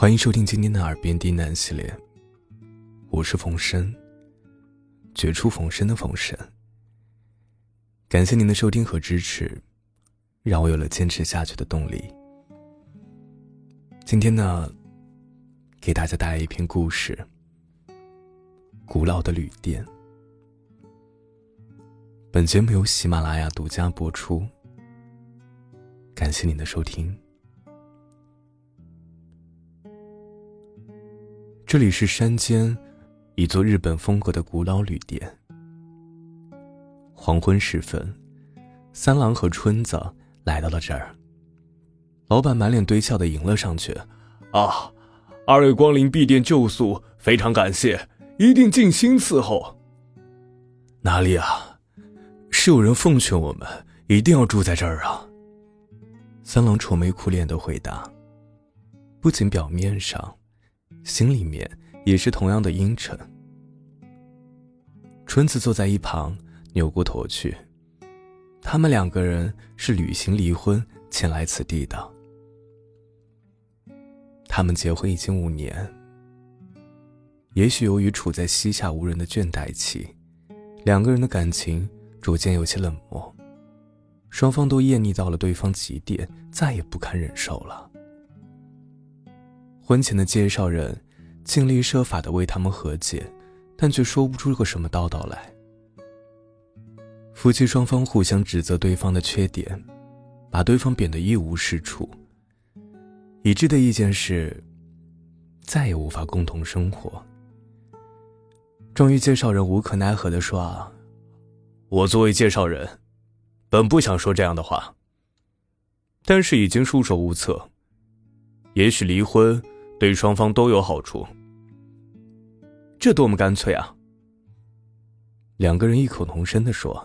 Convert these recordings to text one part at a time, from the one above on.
欢迎收听今天的耳边低喃系列，我是冯生，绝处逢生的冯生。感谢您的收听和支持，让我有了坚持下去的动力。今天呢，给大家带来一篇故事，古老的旅店。本节目由喜马拉雅独家播出，感谢您的收听。这里是山间一座日本风格的古老旅店。黄昏时分，三郎和春子来到了这儿。老板满脸堆笑地迎了上去。 二位光临敝店旧宿，非常感谢，一定尽心伺候。 哪里啊，是有人奉劝我们一定要住在这儿啊。三郎愁眉苦脸地回答，不仅表面上，心里面也是同样的阴沉。春子坐在一旁扭过头去，他们两个人是旅行离婚前来此地的。他们结婚已经5年，也许由于处在膝下无人的倦怠期，两个人的感情逐渐有些冷漠，双方都厌腻到了对方极点，再也不堪忍受了。婚前的介绍人尽力设法地为他们和解，但却说不出个什么道道来。夫妻双方互相指责对方的缺点，把对方贬得一无是处，一致的意见是再也无法共同生活。终于介绍人无可奈何地说， 我作为介绍人，本不想说这样的话，但是已经束手无策，也许离婚对双方都有好处。这多么干脆啊！ 两个人异口同声地说。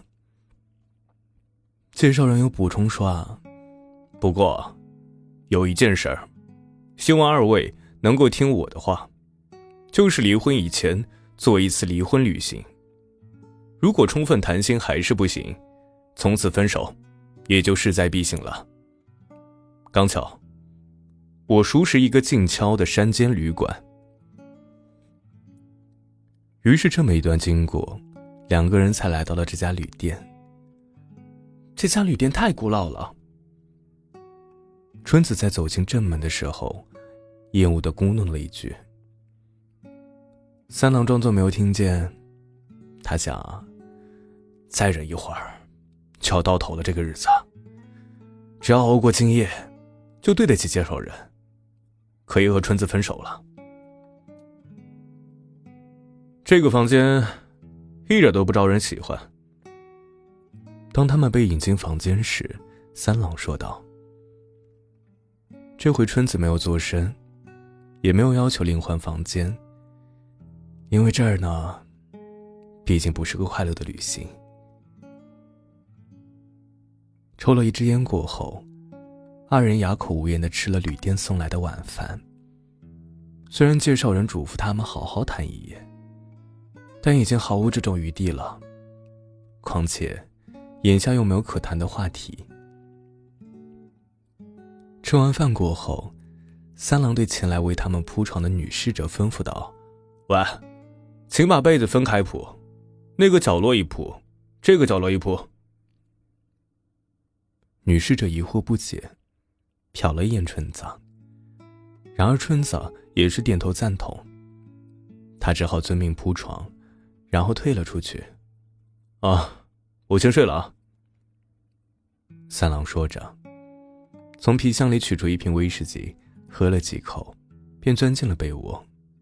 介绍人又补充说， 不过有一件事儿，希望二位能够听我的话，就是离婚以前做一次离婚旅行，如果充分谈心还是不行，从此分手也就势在必行了。刚巧我熟识一个静悄的山间旅馆。 于是这么一段经过，两个人才来到了这家旅店。 这家旅店太古老了。 春子在走进正门的时候，厌恶地咕哝了一句。三郎装作没有听见，他想，再忍一会儿就要到头了，这个日子只要熬过今夜，就对得起介绍人，可以和春子分手了。 这个房间一点都不招人喜欢。 当他们被引进房间时，三郎说道。这回春子没有作声，也没有要求另换房间，因为这儿呢，毕竟不是个快乐的旅行。抽了一支烟过后，二人哑口无言地吃了旅店送来的晚饭。虽然介绍人嘱咐他们好好谈一夜，但已经毫无这种余地了，况且眼下又没有可谈的话题。吃完饭过后，三郎对前来为他们铺床的女侍者吩咐道， 喂，请把被子分开铺，那个角落一铺，这个角落一铺。 女侍者疑惑不解，瞟了一眼春子，然而春子也是点头赞同，他只好遵命铺床，然后退了出去。 我先睡了啊。 三郎说着，从皮箱里取出一瓶威士忌，喝了几口，便钻进了被窝。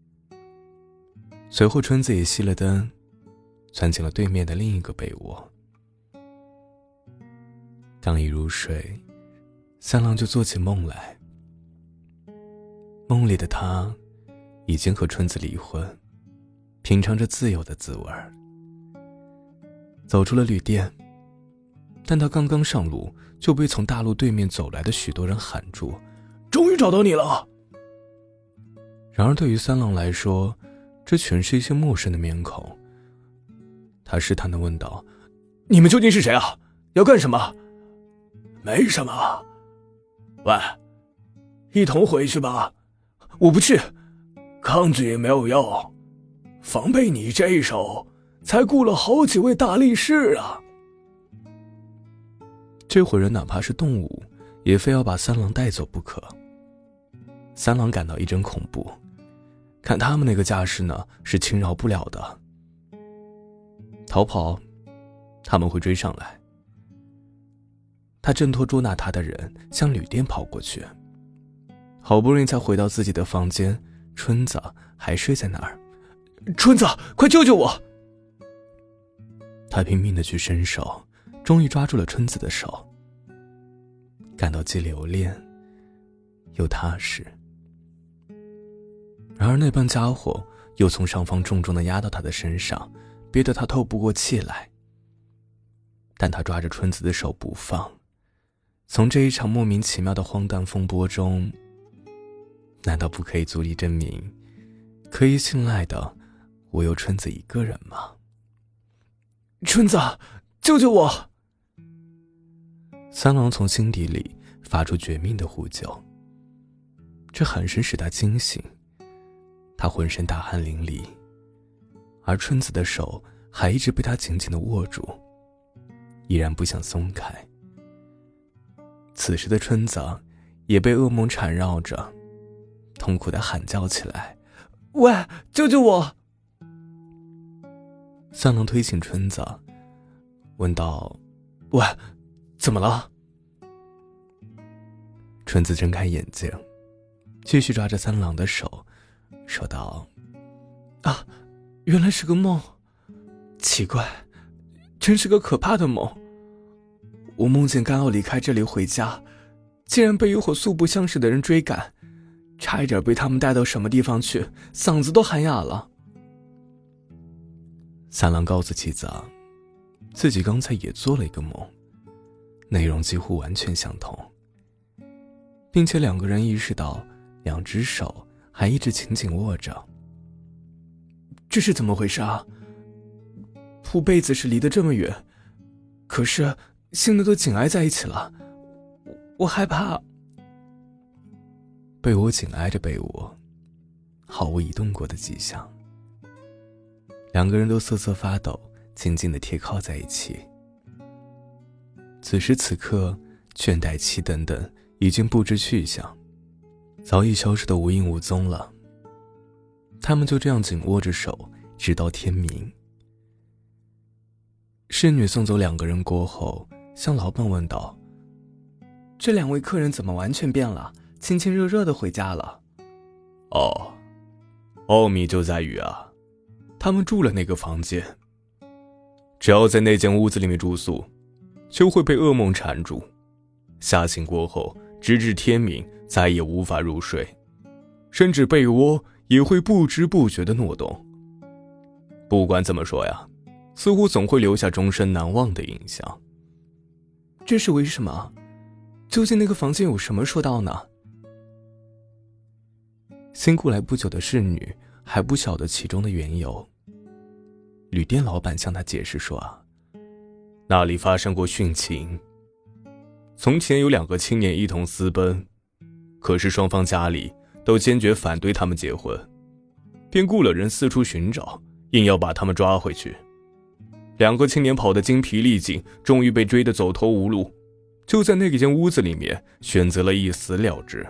随后春子也熄了灯，钻进了对面的另一个被窝。刚一入睡，三郎就做起梦来。梦里的他已经和春子离婚，品尝着自由的滋味。走出了旅店，但他刚刚上路，就被从大路对面走来的许多人喊住， 终于找到你了。 然而对于三郎来说，这全是一些陌生的面孔。他试探地问道， 你们究竟是谁啊？要干什么？ 没什么。喂，一同回去吧， 我不去，抗拒也没有用，防备你这一手，才雇了好几位大力士啊。 这伙人哪怕是动物，也非要把三郎带走不可。三郎感到一阵恐怖，看他们那个架势呢，是轻饶不了的。逃跑，他们会追上来。他挣脱捉拿他的人，向旅店跑过去，好不容易才回到自己的房间，春子还睡在那儿。 春子，快救救我！ 他拼命地去伸手，终于抓住了春子的手，感到既留恋又踏实。然而那帮家伙又从上方重重地压到他的身上，憋得他透不过气来。但他抓着春子的手不放，从这一场莫名其妙的荒诞风波中，难道不可以足以证明，可以信赖的唯有春子一个人吗？ 春子，救救我！ 三郎从心底里发出绝命的呼救，这喊声使他惊醒，他浑身大汗淋漓，而春子的手还一直被他紧紧地握住，依然不想松开。此时的春子也被噩梦缠绕着，痛苦地喊叫起来： 喂，救救我！ 三郎推醒春子，问道：喂，怎么了？春子睁开眼睛，继续抓着三郎的手，说道： 啊，原来是个梦，奇怪，真是个可怕的梦。我梦见刚要离开这里回家，竟然被一伙素不相识的人追赶，差一点被他们带到什么地方去，嗓子都喊哑了。 三郎告诉妻子，自己刚才也做了一个梦，内容几乎完全相同，并且两个人意识到两只手还一直紧紧握着。 这是怎么回事啊？铺被子是离得这么远，可是现在都紧挨在一起了，我害怕。 被窝紧挨着被窝，毫无移动过的迹象。两个人都瑟瑟发抖，紧紧地贴靠在一起。此时此刻，倦怠期等等已经不知去向，早已消失得无影无踪了。他们就这样紧握着手，直到天明。侍女送走两个人过后，向老板问道： 这两位客人怎么完全变了，亲亲热热的回家了？ 哦，奥秘就在于他们住了那个房间，只要在那间屋子里面住宿，就会被噩梦缠住，吓醒过后直至天明再也无法入睡，甚至被窝也会不知不觉地挪动。不管怎么说呀，似乎总会留下终身难忘的印象。 这是为什么？究竟那个房间有什么说道呢？ 新雇来不久的侍女还不晓得其中的缘由。旅店老板向他解释说那里发生过殉情，从前有两个青年一同私奔，可是双方家里都坚决反对他们结婚，便雇了人四处寻找，硬要把他们抓回去。两个青年跑得精疲力尽，终于被追得走投无路，就在那间屋子里面选择了一死了之。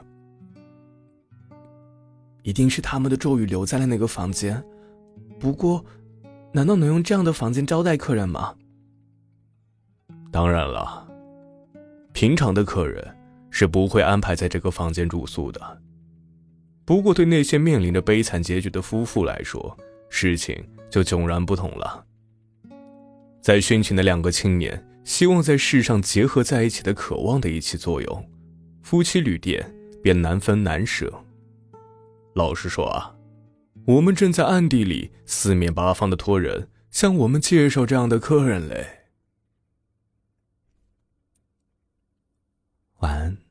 一定是他们的咒语留在了那个房间，不过难道能用这样的房间招待客人吗？ 当然了，平常的客人是不会安排在这个房间住宿的。不过对那些面临着悲惨结局的夫妇来说，事情就迥然不同了。在殉情的两个青年希望在世上结合在一起的渴望的一起作用，夫妻旅店便难分难舍。老实说我们正在暗地里四面八方的托人向我们介绍这样的客人嘞。晚安。